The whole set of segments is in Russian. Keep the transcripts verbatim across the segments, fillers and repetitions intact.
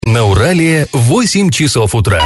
На Урале восемь часов утра.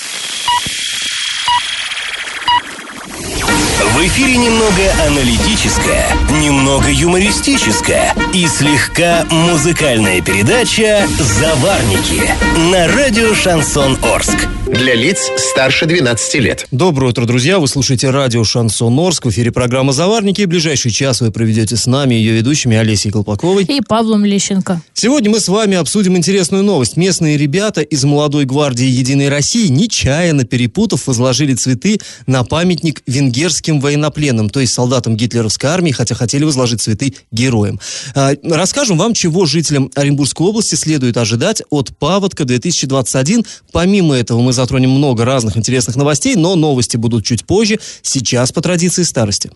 В эфире немного аналитическая, немного юмористическая и слегка музыкальная передача «Заварники» на радио «Шансон Орск». Для лиц старше двенадцати лет. Доброе утро, друзья. Вы слушаете радио «Шансон Орск». В эфире программа «Заварники». Ближайший час вы проведете с нами, ее ведущими Олесей Колпаковой и Павлом Лещенко. Сегодня мы с вами обсудим интересную новость. Местные ребята из молодой гвардии «Единой России», нечаянно перепутав, возложили цветы на памятник венгерским военнопленным, то есть солдатам гитлеровской армии, хотя хотели возложить цветы героям. Расскажем вам, чего жителям Оренбургской области следует ожидать от паводка две тысячи двадцать один. Помимо этого мы затронем много разных интересных новостей, но новости будут чуть позже. Сейчас по традиции старости.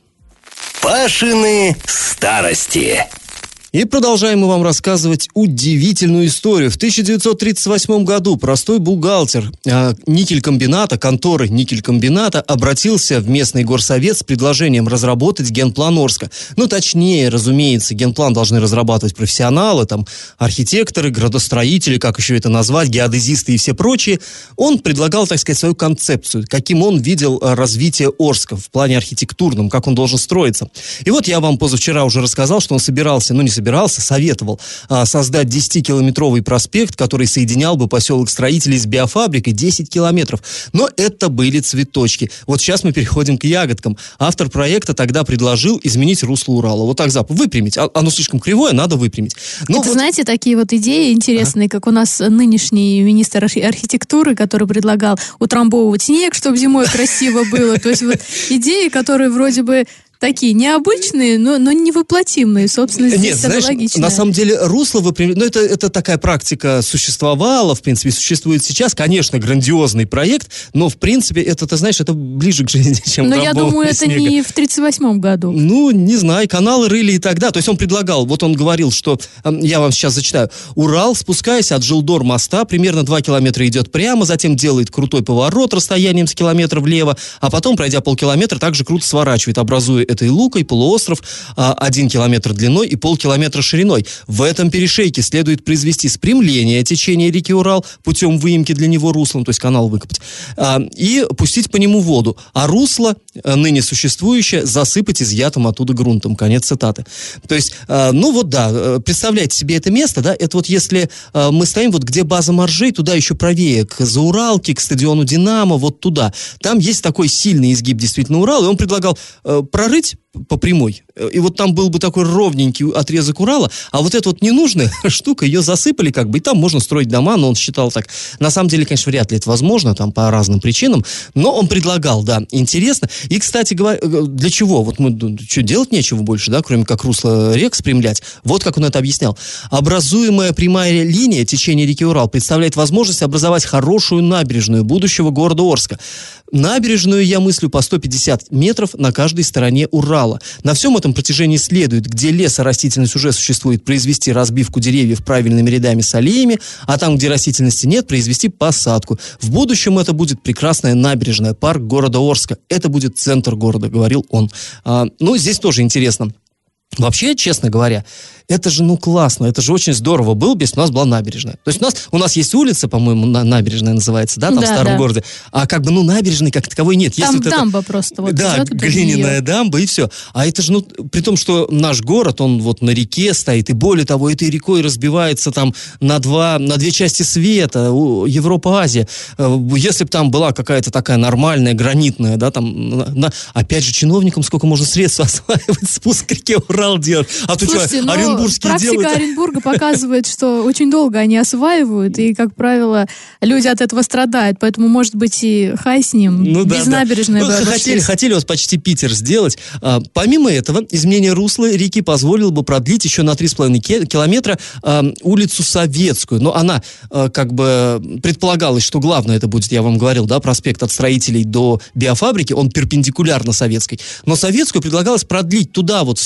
Пашины старости. И продолжаем мы вам рассказывать удивительную историю. В тысяча девятьсот тридцать восьмом году простой бухгалтер э, никелькомбината, конторы никелькомбината, обратился в местный горсовет с предложением разработать генплан Орска. Ну, точнее, разумеется, генплан должны разрабатывать профессионалы, там, архитекторы, градостроители, как еще это назвать, геодезисты и все прочие. Он предлагал, так сказать, свою концепцию, каким он видел э, развитие Орска в плане архитектурном, как он должен строиться. И вот я вам позавчера уже рассказал, что он собирался, ну, не собирался, собирался, советовал а, создать десятикилометровый проспект, который соединял бы поселок Строителей с биофабрикой десять километров. Но это были цветочки. Вот сейчас мы переходим к ягодкам. Автор проекта тогда предложил изменить русло Урала. Вот так, зап, выпрямить. А, оно слишком кривое, надо выпрямить. Но это, вот... знаете, такие вот идеи интересные, а? Как у нас нынешний министр архитектуры, который предлагал утрамбовывать снег, чтобы зимой красиво было. То есть вот идеи, которые вроде бы такие необычные, но, но невоплотимые, собственно, здесь. Нет, знаешь, логичное. На самом деле русло выпрямить, ну это, это такая практика существовала, в принципе, существует сейчас, конечно, грандиозный проект, но в принципе это, ты знаешь, это ближе к жизни, чем но я думаю, это снега. Не в тридцать восьмом году. Ну, не знаю, каналы рыли и тогда, то есть он предлагал, вот он говорил, что, я вам сейчас зачитаю, Урал, спускаясь от Жилдор моста, примерно два километра идет прямо, затем делает крутой поворот расстоянием с километра влево, а потом, пройдя полкилометра, также круто сворачивает, образуя этой лукой полуостров а, один километр длиной и полкилометра шириной. В этом перешейке следует произвести спрямление течения реки Урал путем выемки для него руслом, то есть канал выкопать, а, и пустить по нему воду, а русло, а, ныне существующее, засыпать изъятым оттуда грунтом. Конец цитаты. То есть, а, ну вот да, представляете себе это место, да, это вот если а, мы стоим вот где база моржей, туда еще правее, к Зауралке, к стадиону Динамо, вот туда. Там есть такой сильный изгиб действительно Урала, и он предлагал а, прорыть по прямой. И вот там был бы такой ровненький отрезок Урала, а вот эта вот ненужная штука, ее засыпали как бы, и там можно строить дома, но он считал так. На самом деле, конечно, вряд ли это возможно, там по разным причинам, но он предлагал, да, интересно. И, кстати говоря, для чего? Вот мы, что, делать нечего больше, да, кроме как русло рек спрямлять. Вот как он это объяснял. Образуемая прямая линия течения реки Урал представляет возможность образовать хорошую набережную будущего города Орска. Набережную я мыслю по сто пятьдесят метров на каждой стороне Урала. На всем этом протяжении следует, где лес и растительность уже существует, произвести разбивку деревьев правильными рядами с аллеями, а там, где растительности нет, произвести посадку. В будущем это будет прекрасная набережная, парк города Орска. Это будет центр города, говорил он. А, ну, здесь тоже интересно. Вообще, честно говоря, это же, ну, классно, это же очень здорово было бы, если у нас была набережная. То есть у нас, у нас есть улица, по-моему, на, набережная называется, да, там да, в старом да. городе, а как бы, ну, набережной как таковой нет. Там если дамба вот это, просто. Вот да, глиняная дамба и все. А это же, ну, при том, что наш город, он вот на реке стоит, и более того, этой рекой разбивается там на, два, на две части света, Европа, Азия. Если бы там была какая-то такая нормальная, гранитная, да, там, на, опять же, чиновникам сколько можно средств осваивать, спуск к реке Урал делать. А тут Слушайте, что, но оренбургские практика делают... Оренбурга показывает, что очень долго они осваивают, и, как правило, люди от этого страдают, поэтому, может быть, и хай с ним, ну, без да, набережной да. бы ну, хотели, хотели вот почти Питер сделать. А, помимо этого, изменение русла реки позволило бы продлить еще на три с половиной километра а, улицу Советскую, но она а, как бы предполагалось, что главное это будет, я вам говорил, да, проспект от Строителей до биофабрики, он перпендикулярно Советской, но Советскую предлагалось продлить туда, вот в сторону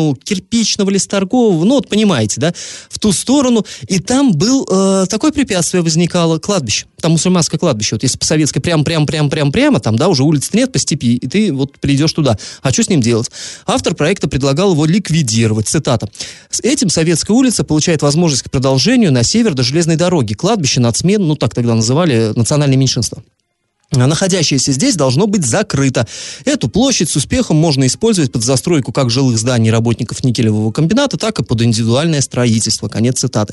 сторону Кирпичного, Лесторгового, ну вот понимаете, да, в ту сторону, и там был э, такое препятствие возникало, кладбище, там мусульманское кладбище, вот если по советской прям-прям-прям-прям-прямо, там, да, уже улицы нет по степи, и ты вот придешь туда. А что с ним делать? Автор проекта предлагал его ликвидировать, цитата. С этим Советская улица получает возможность к продолжению на север до железной дороги. Кладбище, нацмен, ну так тогда называли, национальное меньшинство, находящееся здесь, должно быть закрыто. Эту площадь с успехом можно использовать под застройку как жилых зданий работников никелевого комбината, так и под индивидуальное строительство. Конец цитаты.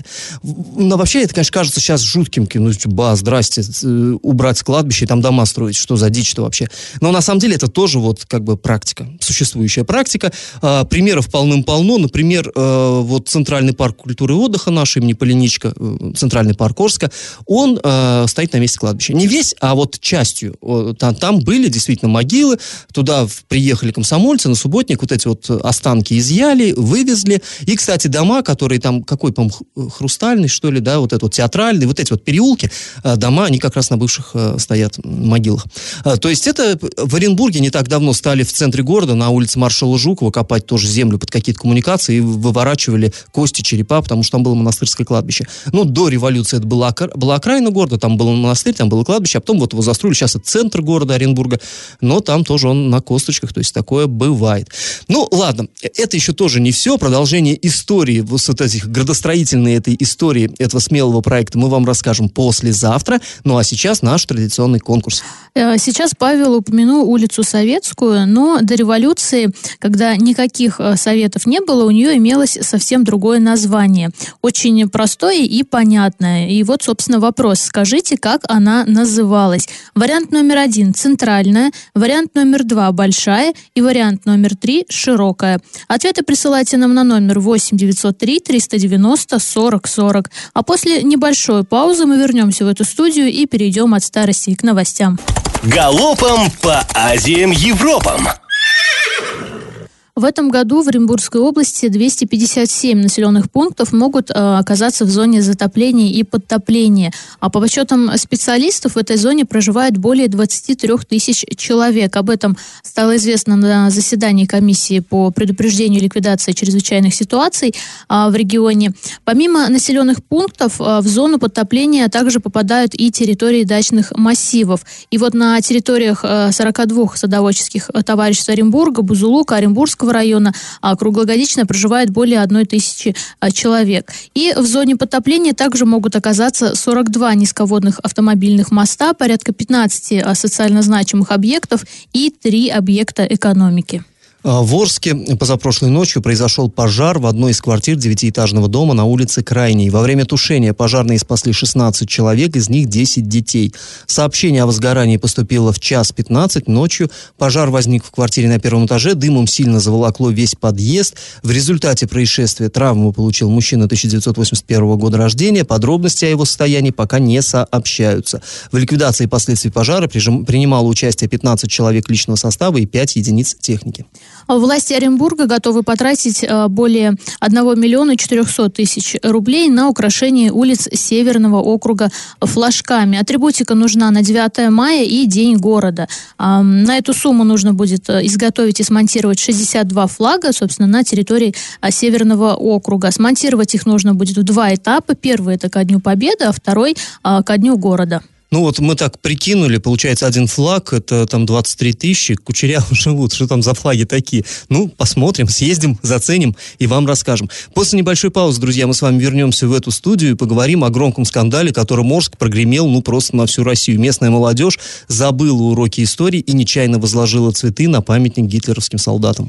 Но вообще это, конечно, кажется сейчас жутким. Ну, ба, здрасте, убрать с кладбища и там дома строить. Что за дичь-то вообще? Но на самом деле это тоже вот как бы практика, существующая практика. А, примеров полным-полно. Например, а, вот Центральный парк культуры и отдыха наш имени Полиничка, Центральный парк Орска, он а, стоит на месте кладбища. Не весь, а вот часть. Там, там были действительно могилы, туда приехали комсомольцы на субботник, вот эти вот останки изъяли, вывезли. И, кстати, дома, которые там, какой, по-моему, хрустальный, что ли, да, вот этот вот театральный, вот эти вот переулки, дома, они как раз на бывших стоят могилах. То есть это в Оренбурге не так давно стали в центре города, на улице Маршала Жукова, копать тоже землю под какие-то коммуникации и выворачивали кости, черепа, потому что там было монастырское кладбище. Ну, до революции это была, была окраина города, там был монастырь, там было кладбище, а потом вот его застроили. Сейчас это центр города Оренбурга, но там тоже он на косточках, то есть такое бывает. Ну, ладно, это еще тоже не все. Продолжение истории, вот этих градостроительной этой истории, этого смелого проекта мы вам расскажем послезавтра. Ну, а сейчас наш традиционный конкурс. Сейчас Павел упомянул улицу Советскую, но до революции, когда никаких советов не было, у нее имелось совсем другое название. Очень простое и понятное. И вот, собственно, вопрос. Скажите, как она называлась? Вариант номер один – центральная, вариант номер два – большая и вариант номер три – широкая. Ответы присылайте нам на номер восемь девятьсот три триста девяносто сорок сорок. А после небольшой паузы мы вернемся в эту студию и перейдем от старости к новостям. Галопом по Азиям Европам! В этом году в Оренбургской области двести пятьдесят семь населенных пунктов могут э, оказаться в зоне затопления и подтопления. А по подсчетам специалистов в этой зоне проживает более двадцать три тысяч человек. Об этом стало известно на заседании комиссии по предупреждению и ликвидации чрезвычайных ситуаций э, в регионе. Помимо населенных пунктов э, в зону подтопления также попадают и территории дачных массивов. И вот на территориях э, сорок два садоводческих товариществ Оренбурга, Бузулука, Оренбургского района а, круглогодично проживает более одной тысячи а, человек. И в зоне подтопления также могут оказаться сорок два низководных автомобильных моста, порядка пятнадцать а, социально значимых объектов и три объекта экономики. В Орске позапрошлой ночью произошел пожар в одной из квартир девятиэтажного дома на улице Крайней. Во время тушения пожарные спасли шестнадцать человек, из них десять детей. Сообщение о возгорании поступило в час пятнадцать ночью. Пожар возник в квартире на первом этаже, дымом сильно заволокло весь подъезд. В результате происшествия травму получил мужчина тысяча девятьсот восемьдесят первого года рождения. Подробности о его состоянии пока не сообщаются. В ликвидации последствий пожара принимало участие пятнадцать человек личного состава и пять единиц техники. Власти Оренбурга готовы потратить более одного миллиона четырехсот тысяч рублей на украшение улиц Северного округа флажками. Атрибутика нужна на девятое мая и День города. На эту сумму нужно будет изготовить и смонтировать шестьдесят два флага, собственно, на территории Северного округа. Смонтировать их нужно будет в два этапа. Первый – это ко Дню Победы, а второй – ко Дню города. Ну вот мы так прикинули, получается, один флаг, это там двадцать три тысячи, кучерявы живут, что там за флаги такие? Ну, посмотрим, съездим, заценим и вам расскажем. После небольшой паузы, друзья, мы с вами вернемся в эту студию и поговорим о громком скандале, которым Орск прогремел, ну, просто на всю Россию. Местная молодежь забыла уроки истории и нечаянно возложила цветы на памятник гитлеровским солдатам.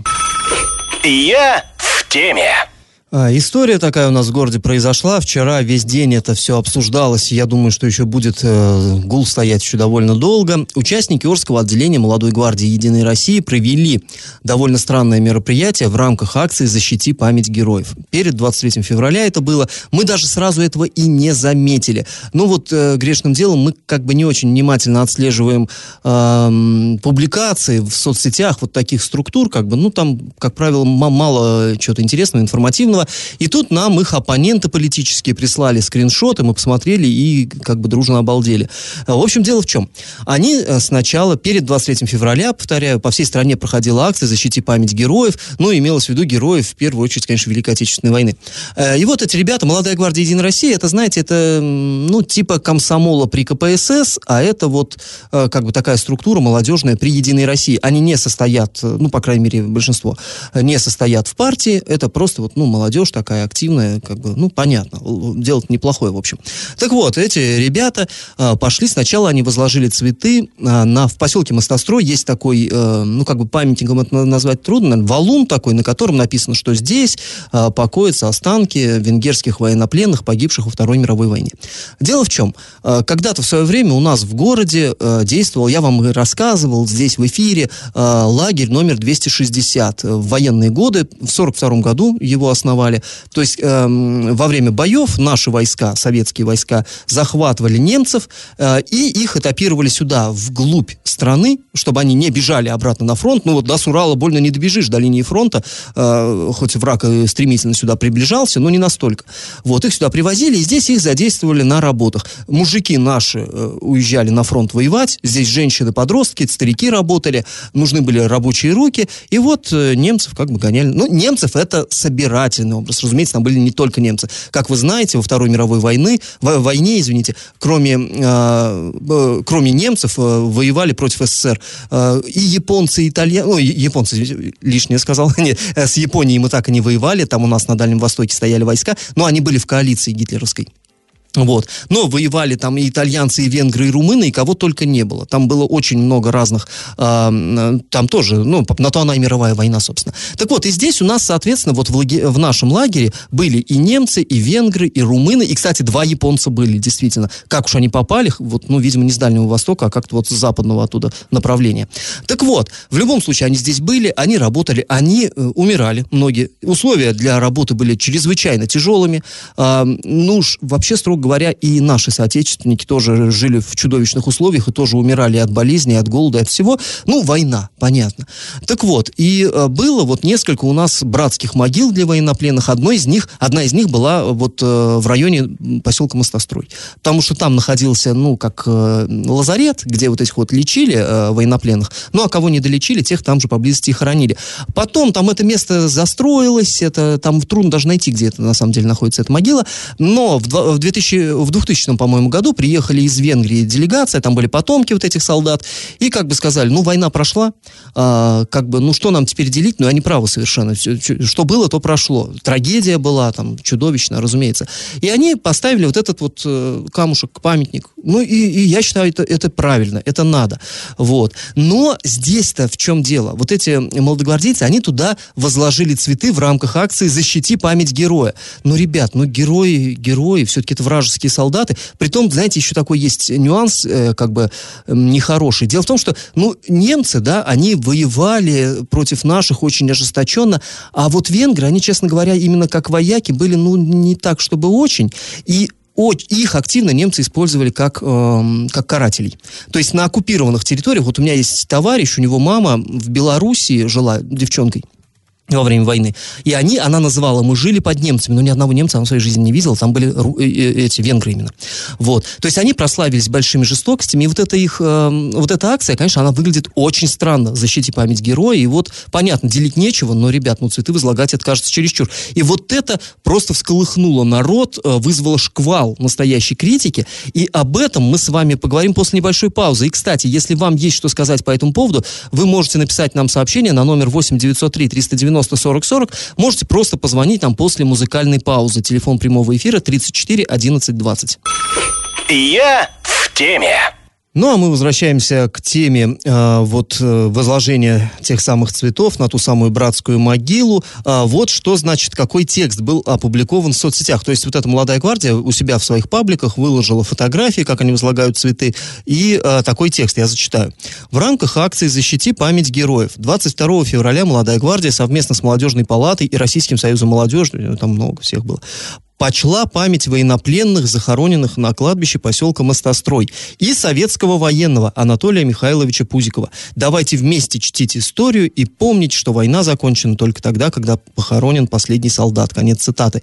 Я в теме. История такая у нас в городе произошла. Вчера весь день это все обсуждалось. Я думаю, что еще будет э, гул стоять еще довольно долго. Участники Орского отделения Молодой гвардии Единой России провели довольно странное мероприятие в рамках акции «Защити память героев». Перед двадцать третьим февраля это было. Мы даже сразу этого и не заметили. Ну вот э, грешным делом мы как бы не очень внимательно отслеживаем э, публикации в соцсетях вот таких структур. Как бы, ну там, как правило, м- мало чего-то интересного, информативного. было. И тут нам их оппоненты политические прислали скриншоты, мы посмотрели и как бы дружно обалдели. В общем, дело в чем? Они сначала, перед двадцать третьим февраля, повторяю, по всей стране проходила акция «Защити память героев», ну, имелось в виду героев, в первую очередь, конечно, Великой Отечественной войны. И вот эти ребята, Молодая гвардия Единой России, это, знаете, это, ну, типа комсомола при ка пэ эс эс, а это вот как бы такая структура молодежная при Единой России. Они не состоят, ну, по крайней мере, большинство, не состоят в партии, это просто вот, ну, молодежь такая активная, как бы, ну, понятно, дело-то неплохое, в общем. Так вот, эти ребята э, пошли, сначала они возложили цветы э, на, в поселке Мостострой есть такой, э, ну, как бы памятником это назвать трудно, наверное, валун такой, на котором написано, что здесь э, покоятся останки венгерских военнопленных, погибших во Второй мировой войне. Дело в чем? Э, когда-то в свое время у нас в городе э, действовал, я вам и рассказывал здесь в эфире, э, лагерь номер двести шестьдесят. В военные годы, в сорок втором году его основали. То есть э, во время боев наши войска, советские войска, захватывали немцев э, и их этапировали сюда, вглубь страны, чтобы они не бежали обратно на фронт. Ну вот до Сурала больно не добежишь, до линии фронта, э, хоть враг стремительно сюда приближался, но не настолько. Вот, их сюда привозили, и здесь их задействовали на работах. Мужики наши э, уезжали на фронт воевать, здесь женщины, подростки, старики работали, нужны были рабочие руки, и вот э, немцев как бы гоняли. Ну, немцев это собирательный образ. Разумеется, там были не только немцы. Как вы знаете, во Второй мировой войны, в, войне, извините, кроме, э, э, кроме немцев э, воевали против эс эс эс эр э, и японцы, и итальянцы, ну, японцы, лишнее сказал, нет, с Японией мы так и не воевали, там у нас на Дальнем Востоке стояли войска, но они были в коалиции гитлеровской. Вот. Но воевали там и итальянцы, и венгры, и румыны, и кого только не было. Там было очень много разных, э, там тоже, ну, на то она и мировая война, собственно. Так вот, и здесь у нас, соответственно, вот в, лаге, в нашем лагере были и немцы, и венгры, и румыны, и, кстати, два японца были, действительно. Как уж они попали, вот, ну, видимо, не с Дальнего Востока, а как-то вот с западного оттуда направления. Так вот, в любом случае, они здесь были, они работали, они э, умирали, многие. Условия для работы были чрезвычайно тяжелыми. Э, ну, уж вообще, строго говоря, и наши соотечественники тоже жили в чудовищных условиях и тоже умирали от болезней, от голода, от всего. Ну, война, понятно. Так вот, и э, было вот несколько у нас братских могил для военнопленных. Одной из них, одна из них была вот э, в районе поселка Мостострой. Потому что там находился, ну, как э, лазарет, где вот этих вот лечили э, военнопленных. Ну, а кого не долечили, тех там же поблизости и хоронили. Потом там это место застроилось, это там трудно даже найти, где это на самом деле находится эта могила. Но в, в две тысячи В двухтысячном, по-моему, году приехали из Венгрии делегация, там были потомки вот этих солдат, и как бы сказали, ну, война прошла, а, как бы, ну, что нам теперь делить? Ну, они правы совершенно. Что было, то прошло. Трагедия была, там, чудовищная, разумеется. И они поставили вот этот вот э, камушек, памятник. Ну, и, и я считаю, это, это правильно, это надо. Вот. Но здесь-то в чем дело? Вот эти молодогвардейцы, они туда возложили цветы в рамках акции «Защити память героя». Ну, ребят, ну, герои, герои, все-таки это вражеские солдаты. Притом, знаете, еще такой есть нюанс, э, как бы э, нехороший. Дело в том, что, ну, немцы, да, они воевали против наших очень ожесточенно, а вот венгры, они, честно говоря, именно как вояки были, ну, не так, чтобы очень. И их активно немцы использовали как, э, как карателей. То есть на оккупированных территориях, вот у меня есть товарищ, у него мама в Белоруссии жила девчонкой во время войны. И они, она называла, мы жили под немцами, но ни одного немца она в своей жизни не видела, там были ру, э, эти венгры именно. Вот. То есть они прославились большими жестокостями, и вот эта их, э, вот эта акция, конечно, она выглядит очень странно, «Защити память героя», и вот, понятно, делить нечего, но, ребят, ну, цветы возлагать, это кажется чересчур. И вот это просто всколыхнуло народ, э, вызвало шквал настоящей критики, и об этом мы с вами поговорим после небольшой паузы. И, кстати, если вам есть что сказать по этому поводу, вы можете написать нам сообщение на номер восемь девятьсот три триста девяносто сорок сорок, можете просто позвонить нам после музыкальной паузы. Телефон прямого эфира тридцать четыре одиннадцать двадцать. Я в теме. Ну, а мы возвращаемся к теме э, вот э, возложения тех самых цветов на ту самую братскую могилу. Э, вот что значит, какой текст был опубликован в соцсетях. То есть вот эта «Молодая гвардия» у себя в своих пабликах выложила фотографии, как они возлагают цветы, и э, такой текст, я зачитаю. В рамках акции «Защити память героев» двадцать второго февраля «Молодая гвардия» совместно с Молодежной палатой и Российским союзом молодежи, там много всех было, почла память военнопленных, захороненных на кладбище поселка Мостострой, и советского военного Анатолия Михайловича Пузикова. Давайте вместе чтить историю и помнить, что война закончена только тогда, когда похоронен последний солдат. Конец цитаты.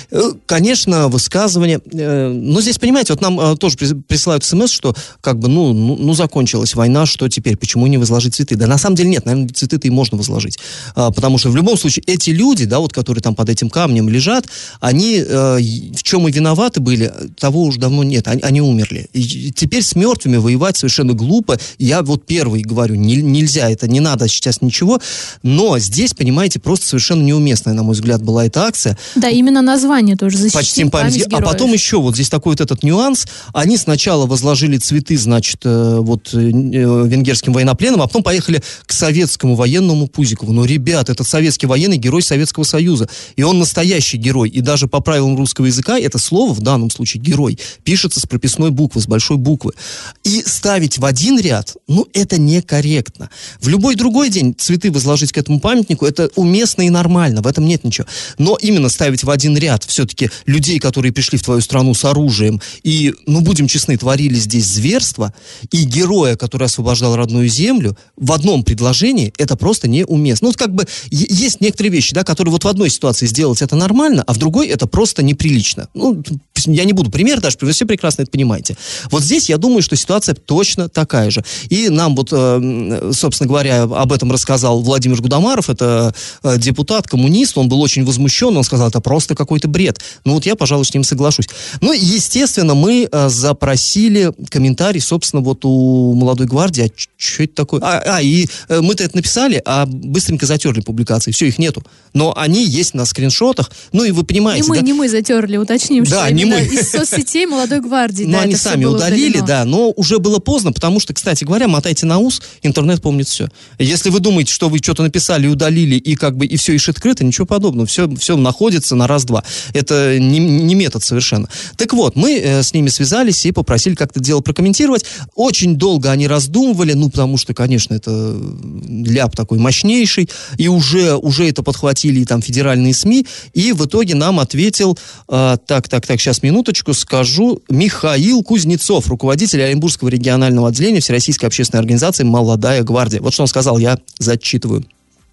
Конечно, высказывание... Но здесь, понимаете, вот нам тоже присылают смс, что как бы, ну, ну, ну, закончилась война, что теперь? Почему не возложить цветы? Да на самом деле нет, наверное, цветы-то и можно возложить. Потому что в любом случае эти люди, да, вот, которые там под этим камнем лежат, они... в чем и виноваты были, того уж давно нет, они, они умерли. И теперь с мертвыми воевать совершенно глупо. Я вот первый говорю, не, нельзя, это не надо сейчас ничего, но здесь, понимаете, просто совершенно неуместная, на мой взгляд, была эта акция. Да, именно название тоже защитим Почтим память героев. А потом еще вот здесь такой вот этот нюанс. Они сначала возложили цветы, значит, вот венгерским военнопленным, а потом поехали к советскому военному Пузикову. Но, ребят, этот советский военный герой Советского Союза, и он настоящий герой, и даже по правилам русского языка это слово, в данном случае герой, пишется с прописной буквы, с большой буквы. И ставить в один ряд, ну, это некорректно. В любой другой день цветы возложить к этому памятнику, это уместно и нормально, в этом нет ничего. Но именно ставить в один ряд все-таки людей, которые пришли в твою страну с оружием, и, ну, будем честны, творили здесь зверства, и героя, который освобождал родную землю, в одном предложении, это просто неуместно. Ну, вот как бы есть некоторые вещи, да, которые вот в одной ситуации сделать это нормально, а в другой это просто неприлично. Ну, я не буду пример даже, вы все прекрасно это понимаете. Вот здесь я думаю, что ситуация точно такая же. И нам вот, собственно говоря, об этом рассказал Владимир Гудамаров, это депутат, коммунист, он был очень возмущен, он сказал, это просто какой-то бред. Ну вот я, пожалуй, с ним соглашусь. Ну, естественно, мы запросили комментарий, собственно, вот у «Молодой гвардии», а что это такое? А, а и мы-то это написали, а быстренько затерли публикации, все, их нету. Но они есть на скриншотах, ну и вы понимаете, не мы, да? не мы затерли, уточним, да, что не именно мы. из соцсетей «Молодой гвардии». Ну, да, они сами удалили, удалено. Да, но уже было поздно, потому что, кстати говоря, мотайте на ус, интернет помнит все. Если вы думаете, что вы что-то написали и удалили, и как бы и все ишь открыто, ничего подобного, все, все находится на раз-два. Это не, не метод совершенно. Так вот, мы э, с ними связались и попросили как-то дело прокомментировать. Очень долго они раздумывали, ну, потому что, конечно, это ляп такой мощнейший, и уже, уже это подхватили и там федеральные СМИ, и в итоге нам ответил, э, так, так, так, сейчас минуточку скажу, Михаил Кузнецов, руководитель Оренбургского регионального отделения Всероссийской общественной организации «Молодая гвардия». Вот что он сказал, я зачитываю.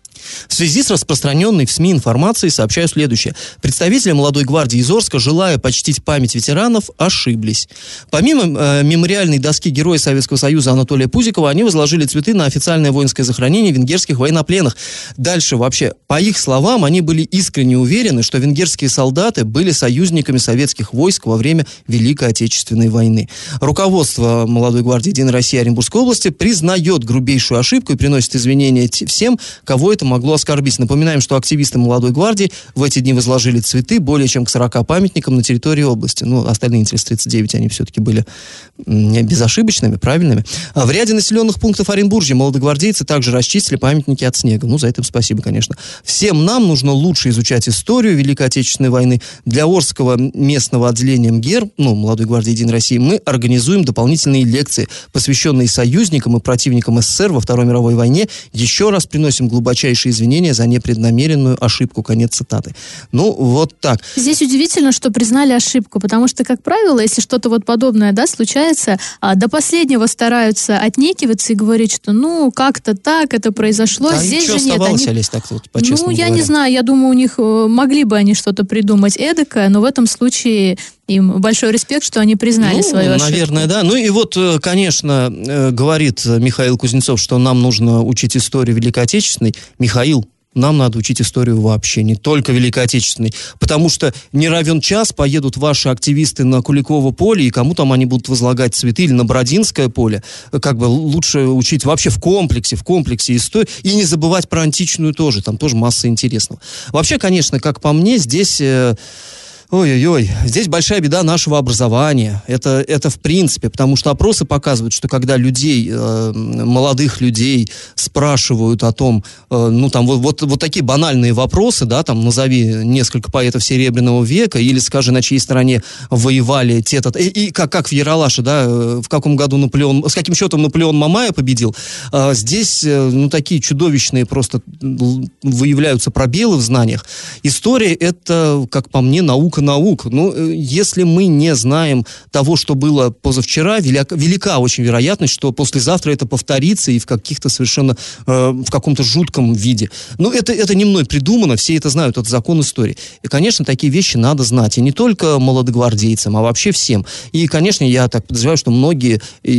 В связи с распространенной в СМИ информацией сообщаю следующее. Представители «Молодой гвардии» из Орска, желая почтить память ветеранов, ошиблись. Помимо э, мемориальной доски Героя Советского Союза Анатолия Пузикова, они возложили цветы на официальное воинское захоронение венгерских военнопленных. Дальше вообще, по их словам, они были искренне уверены, что венгерские солдаты были союзниками советских войск во время Великой Отечественной войны. Руководство «Молодой гвардии» Единой России Оренбургской области признает грубейшую ошибку и приносит извинения всем, кого это могло оскорбить. Напоминаем, что активисты «Молодой гвардии» в эти дни возложили цветы более чем к сорока памятникам на территории области. Ну, остальные тридцать девять, они все-таки были безошибочными, правильными. А в ряде населенных пунктов Оренбуржья молодогвардейцы также расчистили памятники от снега. Ну, за это им спасибо, конечно. Всем нам нужно лучше изучать историю Великой Отечественной войны. Для Орского местного отделения МГИР, ну, «Молодой гвардии Единой России», мы организуем дополнительные лекции, посвященные союзникам и противникам СССР во Второй мировой войне. Еще раз приносим глубочайшие извинения за непреднамеренную ошибку. Конец цитаты. Ну, вот так. Здесь удивительно, что признали ошибку, потому что, как правило, если что-то вот подобное, да, случается, а, до последнего стараются отнекиваться и говорить, что, ну, как-то так это произошло. Да, здесь что же нет. оставалось, Они... Олесь, так вот, по-честному Ну, я говоря. не знаю, я думаю, у них могли бы они что-то придумать эдакое, но в этом случае им большой респект, что они признали ну, свою ошибку. Наверное, да. Ну и вот, конечно, говорит Михаил Кузнецов, что нам нужно учить историю Великой Отечественной. Михаил, нам надо учить историю вообще, не только Великой Отечественной. Потому что не равен час поедут ваши активисты на Куликово поле, и кому там они будут возлагать цветы, или на Бородинское поле. Как бы лучше учить вообще в комплексе, в комплексе историю. И не забывать про античную тоже, там тоже масса интересного. Вообще, конечно, как по мне, здесь... Ой-ой-ой, здесь большая беда нашего образования. Это, это в принципе, потому что опросы показывают, что когда людей, э, молодых людей спрашивают о том, э, ну там вот, вот, вот такие банальные вопросы, да, там назови несколько поэтов Серебряного века, или скажи, на чьей стороне воевали те-то, и, и как, как в Ералаше, да, в каком году Наполеон, с каким счетом Наполеон Мамая победил. Э, здесь, э, ну, такие чудовищные просто выявляются пробелы в знаниях. История — это, как по мне, наука наука наук. Ну, если мы не знаем того, что было позавчера, велика, велика очень вероятность, что послезавтра это повторится и в каких-то совершенно, э, в каком-то жутком виде. Ну, это, это не мной придумано, все это знают, это закон истории. И, конечно, такие вещи надо знать. И не только молодогвардейцам, а вообще всем. И, конечно, я так подозреваю, что многие,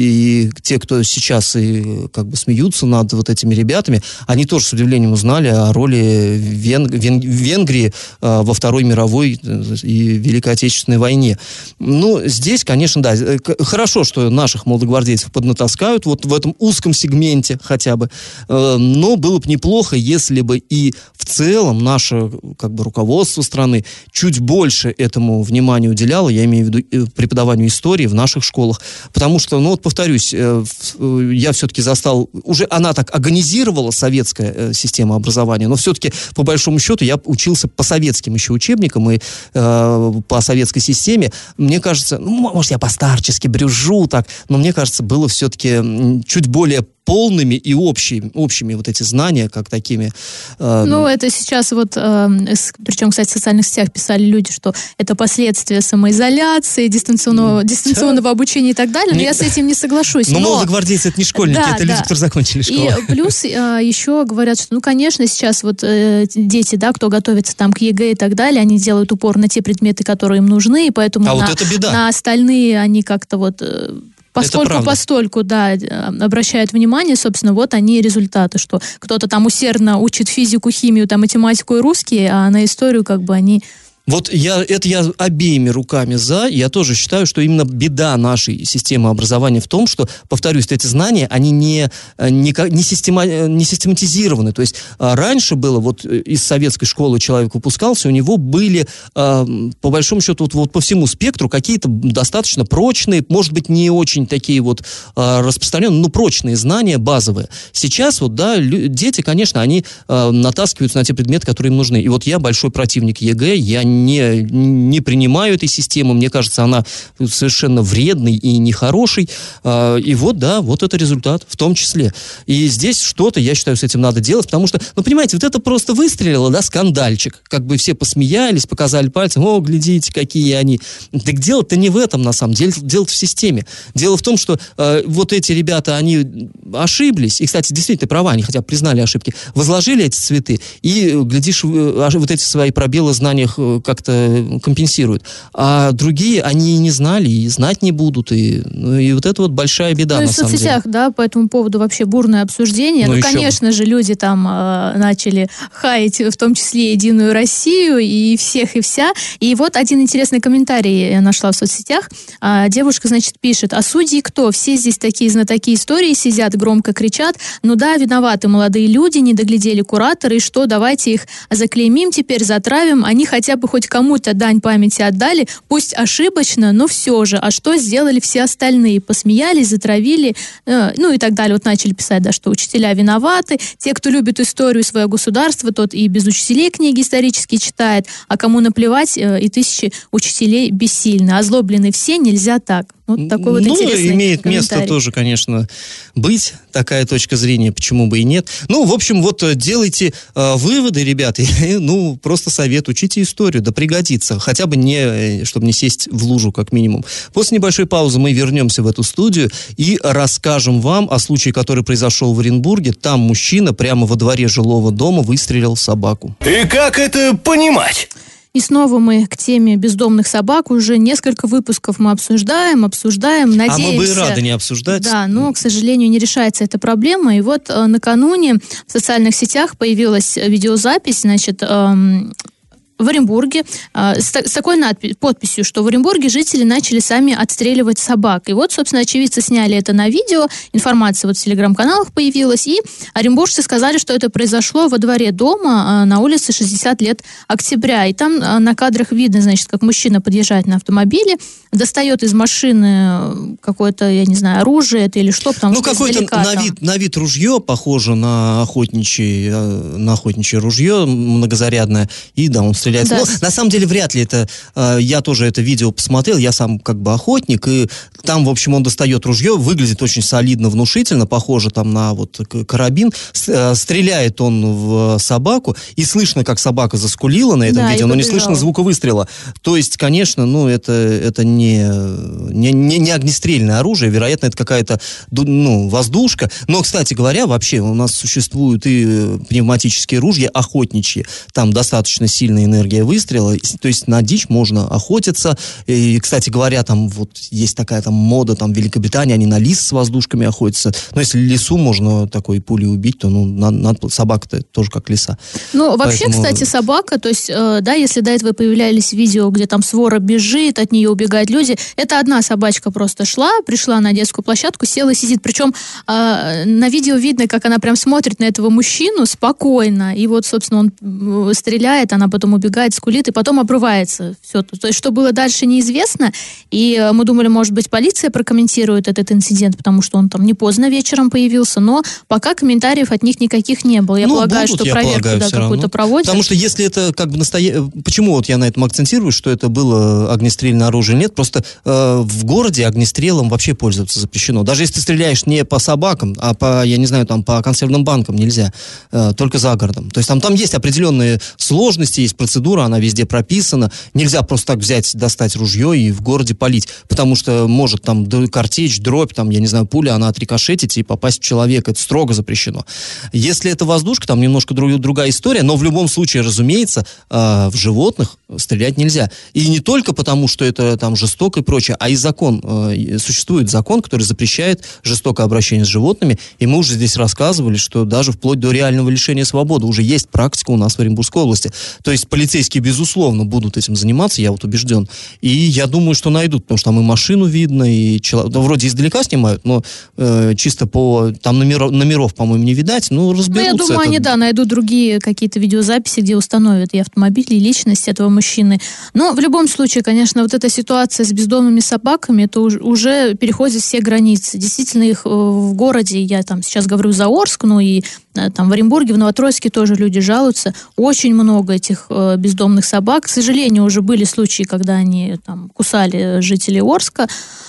и те, кто сейчас и как бы смеются над вот этими ребятами, они тоже с удивлением узнали о роли Вен... Вен... Венгрии э, во Второй мировой и Великой Отечественной войне. Ну, здесь, конечно, да, хорошо, что наших молодогвардейцев поднатаскают вот в этом узком сегменте хотя бы, э, но было бы неплохо, если бы и в целом наше как бы руководство страны чуть больше этому внимания уделяло, я имею в виду преподаванию истории в наших школах, потому что, ну вот повторюсь, э, э, я все-таки застал, уже она так агонизировала, советская э, система образования, но все-таки по большому счету я учился по советским еще учебникам и э, по советской системе. Мне кажется, ну, может, я постарчески брюжу так, но мне кажется, было все-таки чуть более полными и общими, общими вот эти знания, как такими... Э, ну, это сейчас вот, э, с, причем, кстати, в социальных сетях писали люди, что это последствия самоизоляции, дистанционного, дистанционного обучения и так далее, но не, я с этим не соглашусь. Но, но молодогвардейцы — это не школьники, да, это да. люди, которые закончили школу. И плюс э, еще говорят, что, ну, конечно, сейчас вот э, дети, да, кто готовится там к ЕГЭ и так далее, они делают упор на те предметы, которые им нужны, и поэтому а на, вот это беда. на остальные они как-то вот... Э, Постольку-постольку, да, обращают внимание, собственно, вот они результаты, что кто-то там усердно учит физику, химию, там, математику и русский, а на историю как бы они... Вот я, это я обеими руками за. Я тоже считаю, что именно беда нашей системы образования в том, что, повторюсь, эти знания, они не, не, не, система, не систематизированы. То есть раньше было, вот из советской школы человек выпускался, у него были, по большому счету, вот, вот по всему спектру какие-то достаточно прочные, может быть, не очень такие вот распространенные, но прочные знания базовые. Сейчас вот, да, дети, конечно, они натаскиваются на те предметы, которые им нужны. И вот я большой противник ЕГЭ, я Не, не принимаю этой системы, мне кажется, она совершенно вредной и нехорошей, и вот, да, вот это результат в том числе. И здесь что-то, я считаю, с этим надо делать, потому что, ну, понимаете, вот это просто выстрелило, да, скандальчик, как бы все посмеялись, показали пальцем, о, глядите, какие они. Так дело-то не в этом, на самом деле, дело в системе. Дело в том, что э, вот эти ребята, они ошиблись, и, кстати, действительно права, они хотя бы признали ошибки, возложили эти цветы, и, глядишь, вот эти свои пробелы в знаниях как-то компенсируют. А другие, они не знали и знать не будут. И, ну, и вот это вот большая беда, ну, на самом деле. Ну и в соцсетях, да, по этому поводу вообще бурное обсуждение. Ну, ну конечно бы. же, люди там э, начали хаять, в том числе Единую Россию, и всех, и вся. И вот один интересный комментарий я нашла в соцсетях. А, девушка, значит, пишет: а судьи кто? Все здесь такие знатоки истории сидят, громко кричат. Ну да, виноваты молодые люди, не доглядели кураторы, и что, давайте их заклеймим, теперь затравим. Они хотя бы хоть кому-то дань памяти отдали, пусть ошибочно, но все же. А что сделали все остальные? Посмеялись, затравили, э, ну и так далее. Вот начали писать, да, что учителя виноваты, те, кто любит историю своего государства, тот и без учителей книги исторические читает, а кому наплевать, э, и тысячи учителей бессильны. Озлоблены все, нельзя так. Вот такой вот ну, интересный имеет место тоже, конечно, быть такая точка зрения, почему бы и нет. Ну, в общем, вот делайте э, выводы, ребята, и, ну, просто совет, учите историю, да пригодится, хотя бы не, чтобы не сесть в лужу, как минимум. После небольшой паузы мы вернемся в эту студию и расскажем вам о случае, который произошел в Оренбурге. Там мужчина прямо во дворе жилого дома выстрелил в собаку. И как это понимать? И снова мы к теме бездомных собак. Уже несколько выпусков мы обсуждаем, обсуждаем, надеемся... А мы бы и рады не обсуждать. Да, но, к сожалению, не решается эта проблема. И вот э, накануне в социальных сетях появилась видеозапись, значит... Эм, в Оренбурге э, с, с такой надпись, подписью, что в Оренбурге жители начали сами отстреливать собак. И вот, собственно, очевидцы сняли это на видео, информация вот в телеграм-каналах появилась, и оренбуржцы сказали, что это произошло во дворе дома э, на улице шестьдесят лет октября. И там э, на кадрах видно, значит, как мужчина подъезжает на автомобиле, достает из машины какое-то, я не знаю, оружие это или что, потому ну, что какое-то на там... вид, на вид ружье, похоже на охотничье, на охотничье ружье многозарядное, и да, он стреляет стреляется. Да. Но на самом деле вряд ли это... Э, я тоже это видео посмотрел, я сам как бы охотник, и там, в общем, он достает ружье, выглядит очень солидно, внушительно, похоже там на вот карабин. С, э, стреляет он в собаку, и слышно, как собака заскулила на этом Да, видео, но не слышно звука выстрела. То есть, конечно, ну, это, это не, не, не, не огнестрельное оружие, вероятно, это какая-то, ну, воздушка. Но, кстати говоря, вообще у нас существуют и пневматические ружья, охотничьи. Там достаточно сильная энергия выстрела, то есть на дичь можно охотиться. И, кстати говоря, там вот есть такая там мода, там в Великобритании они на лис с воздушками охотятся. Но если лису можно такой пулей убить, то ну, на, на, собака-то тоже как лиса. Ну, вообще, Поэтому... кстати, собака, то есть, э, да, если до этого появлялись видео, где там свора бежит, от нее убегают люди, это одна собачка просто шла, пришла на детскую площадку, села и сидит. Причем э, на видео видно, как она прям смотрит на этого мужчину спокойно, и вот, собственно, он стреляет, она потом убегает, скулит, и потом обрывается. Все. То есть, что было дальше, неизвестно, и мы думали, может быть, полиция прокомментирует этот инцидент, потому что он там не поздно вечером появился, но пока комментариев от них никаких не было. Я ну, полагаю, будут, что я проверку полагаю, да, какую-то проводят. Потому что если это как бы настоящее... Почему вот я на этом акцентирую, что это было огнестрельное оружие? Нет, просто э, в городе огнестрелом вообще пользоваться запрещено. Даже если ты стреляешь не по собакам, а по, я не знаю, там по консервным банкам нельзя, э, только за городом. То есть там, там есть определенные сложности, есть процедура, она везде прописана. Нельзя просто так взять, достать ружье и в городе палить, потому что может там картечь, дробь, там, я не знаю, пуля, она отрикошетить и попасть в человека. Это строго запрещено. Если это воздушка, там немножко друг, другая история, но в любом случае, разумеется, э, в животных стрелять нельзя. И не только потому, что это там жестоко и прочее, а и закон. Э, существует закон, который запрещает жестокое обращение с животными, и мы уже здесь рассказывали, что даже вплоть до реального лишения свободы уже есть практика у нас в Оренбургской области. То есть полицейские, безусловно, будут этим заниматься, я вот убежден. И я думаю, что найдут, потому что там и машину видно, и человек, ну, вроде издалека снимают, но э, чисто по, там номеров, номеров, по-моему, не видать, ну, разберутся. Ну, я думаю, это... они, да, найдут другие какие-то видеозаписи, где установят и автомобиль, и личность этого мужчины. Но в любом случае, конечно, вот эта ситуация с бездомными собаками, это уже, уже переходит все границы. Действительно, их в городе, я там сейчас говорю за Орск, ну и там в Оренбурге, в Новотроицке тоже люди жалуются. Очень много этих э, бездомных собак. К сожалению, уже были случаи, когда они там кусали жителей Орска.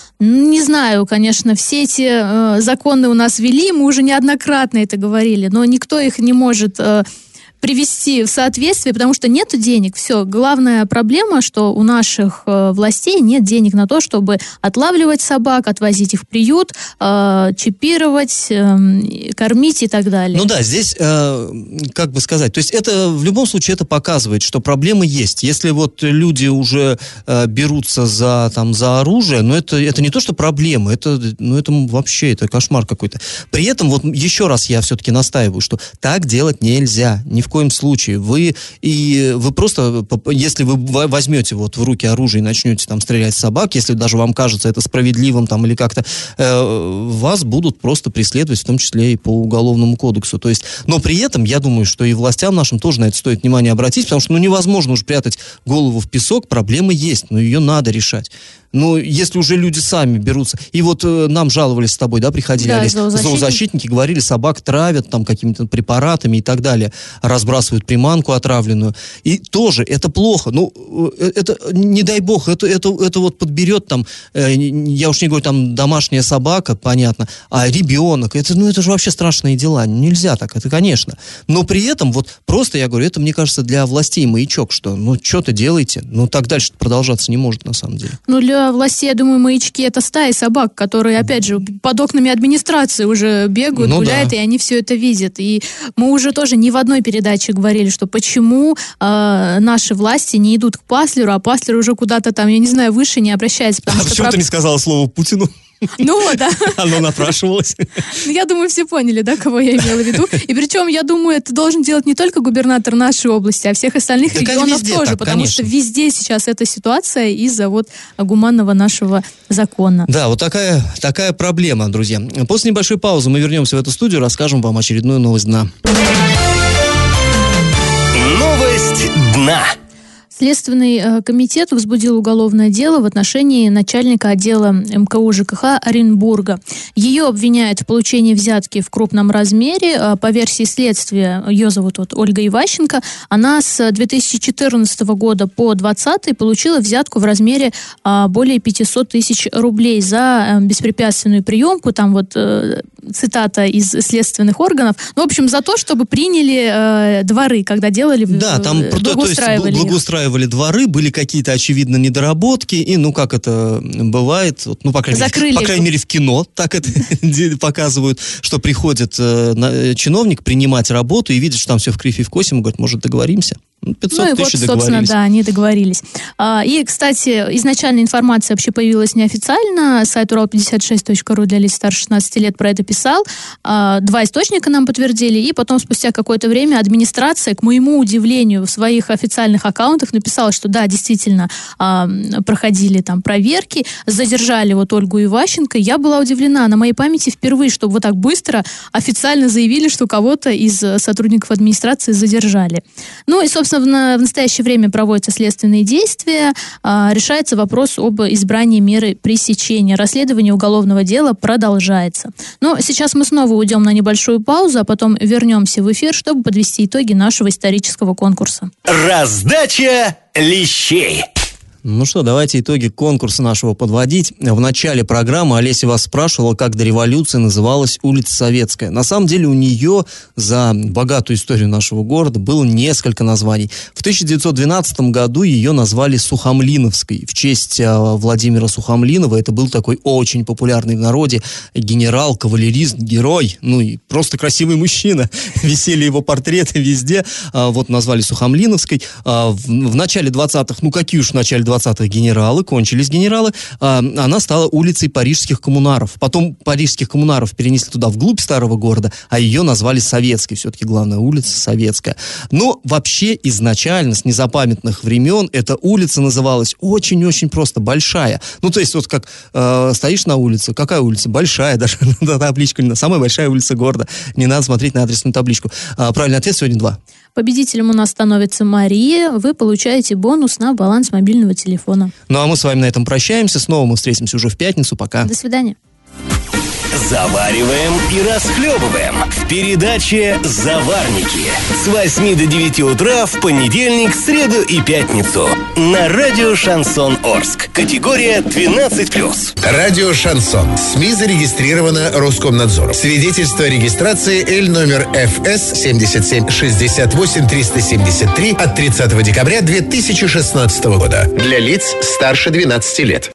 Не знаю, конечно, все эти э, законы у нас ввели, мы уже неоднократно это говорили, но никто их не может э, привести в соответствие, потому что нет денег. Все, главная проблема, что у наших э, властей нет денег на то, чтобы отлавливать собак, отвозить их в приют, э, чипировать, э, кормить и так далее. Ну да, здесь, э, как бы сказать, то есть это в любом случае это показывает, что проблемы есть. Если вот люди уже э, берутся за, там, за оружие, но это, это не то, что проблемы, это, ну, это вообще это кошмар какой-то. При этом вот еще раз я все-таки настаиваю, что так делать нельзя, ни в коем случае. Вы, и вы просто, если вы возьмете вот в руки оружие и начнете там стрелять в собак, если даже вам кажется это справедливым там или как-то, э, вас будут просто преследовать, в том числе и по уголовному кодексу. То есть, но при этом я думаю, что и властям нашим тоже на это стоит внимание обратить, потому что ну невозможно уж прятать голову в песок, проблема есть, но ее надо решать. Ну, если уже люди сами берутся. И вот э, нам жаловались с тобой, да, приходили, да, Олесь, зоозащитники. зоозащитники, говорили, собак травят там какими-то препаратами и так далее, разбрасывают приманку отравленную. И тоже это плохо. Ну, э, это, не дай бог, это, это, это вот подберет там, э, я уж не говорю, там, домашняя собака, понятно, а ребенок, это, ну, это же вообще страшные дела. Нельзя так, это, конечно. Но при этом, вот, просто, я говорю, это, мне кажется, для властей маячок, что, ну, что-то делайте, ну, так дальше продолжаться не может, на самом деле. Ну, для властей, я думаю, маячки — это стаи собак, которые, опять же, под окнами администрации уже бегают, ну, гуляют, да. И они все это видят. И мы уже тоже не в одной передаче говорили, что почему э, наши власти не идут к Паслеру, а Паслер уже куда-то там, я не знаю, выше не обращается. А что почему прав... ты не сказала слово Путину? Ну вот, да. Оно напрашивалось. Я думаю, все поняли, да, кого я имела в виду. И причем, я думаю, это должен делать не только губернатор нашей области, а всех остальных так регионов тоже, так, потому конечно. Что везде сейчас эта ситуация из-за вот гуманного нашего закона. Да, вот такая, такая проблема, друзья. После небольшой паузы мы вернемся в эту студию, расскажем вам очередную новость дна. Новость дна. Следственный э, комитет возбудил уголовное дело в отношении начальника отдела эм ка у ЖКХ Оренбурга. Ее обвиняют в получении взятки в крупном размере. Э, по версии следствия, ее зовут вот Ольга Иващенко, она с две тысячи четырнадцатого года по двадцатый получила взятку в размере э, более пятьсот тысяч рублей за э, беспрепятственную приемку, там вот э, цитата из следственных органов, ну, в общем, за то, чтобы приняли э, дворы, когда делали, да, там, э, то благоустраивали есть, их. благоустраивали дворы, были какие-то, очевидно, недоработки, и, ну, как это бывает, ну, по крайней, мере, по крайней мере, в кино так это показывают, что приходит э, на, чиновник принимать работу и видит, что там все в кривь и в кость, ему говорит, может, договоримся? пятьсот ну и тысяч вот, собственно, да, они договорились. А, и, кстати, изначально информация вообще появилась неофициально. Сайт урал пятьдесят шесть точка ру для лиц старше шестнадцати лет про это писал. А, два источника нам подтвердили, и потом, спустя какое-то время, администрация, к моему удивлению, в своих официальных аккаунтах написала, что да, действительно, а, проходили там проверки, задержали вот Ольгу Иващенко. Я была удивлена. На моей памяти впервые, чтобы вот так быстро официально заявили, что кого-то из сотрудников администрации задержали. Ну и, собственно, В, на, в настоящее время проводятся следственные действия, а, решается вопрос об избрании меры пресечения. Расследование уголовного дела продолжается. Но сейчас мы снова уйдем на небольшую паузу, а потом вернемся в эфир, чтобы подвести итоги нашего исторического конкурса. Раздача лещей. Ну что, давайте итоги конкурса нашего подводить. В начале программы Олеся вас спрашивала, как до революции называлась улица Советская. На самом деле у нее за богатую историю нашего города было несколько названий. В тысяча девятьсот двенадцатом году ее назвали Сухомлиновской в честь а, Владимира Сухомлинова. Это был такой очень популярный в народе генерал, кавалерист, герой, ну и просто красивый мужчина. Висели его портреты везде. А, вот назвали Сухомлиновской. А, в, в начале двадцатых, ну какие уж в начале двадцатых генералы, кончились генералы, а, она стала улицей парижских коммунаров. Потом парижских коммунаров перенесли туда, вглубь старого города, а ее назвали Советской. Все-таки главная улица Советская. Но вообще изначально, с незапамятных времен, эта улица называлась очень-очень просто Большая. Ну, то есть, вот как э, стоишь на улице, какая улица? Большая, даже на табличку, самая большая улица города. Не надо смотреть на адресную табличку. А, правильный ответ сегодня два. Победителем у нас становится Мария. Вы получаете бонус на баланс мобильного телефона. Ну, а мы с вами на этом прощаемся. Снова мы встретимся уже в пятницу. Пока. До свидания. Завариваем и расхлебываем в передаче «Заварники» с восьми до девяти утра в понедельник, среду и пятницу на радио «Шансон Орск». Категория двенадцать плюс. Радио «Шансон». СМИ зарегистрировано Роскомнадзором. Свидетельство о регистрации Л номер Ф С семьдесят семь шестьдесят восемь триста семьдесят три от тридцатого декабря две тысячи шестнадцатого года. Для лиц старше двенадцати лет.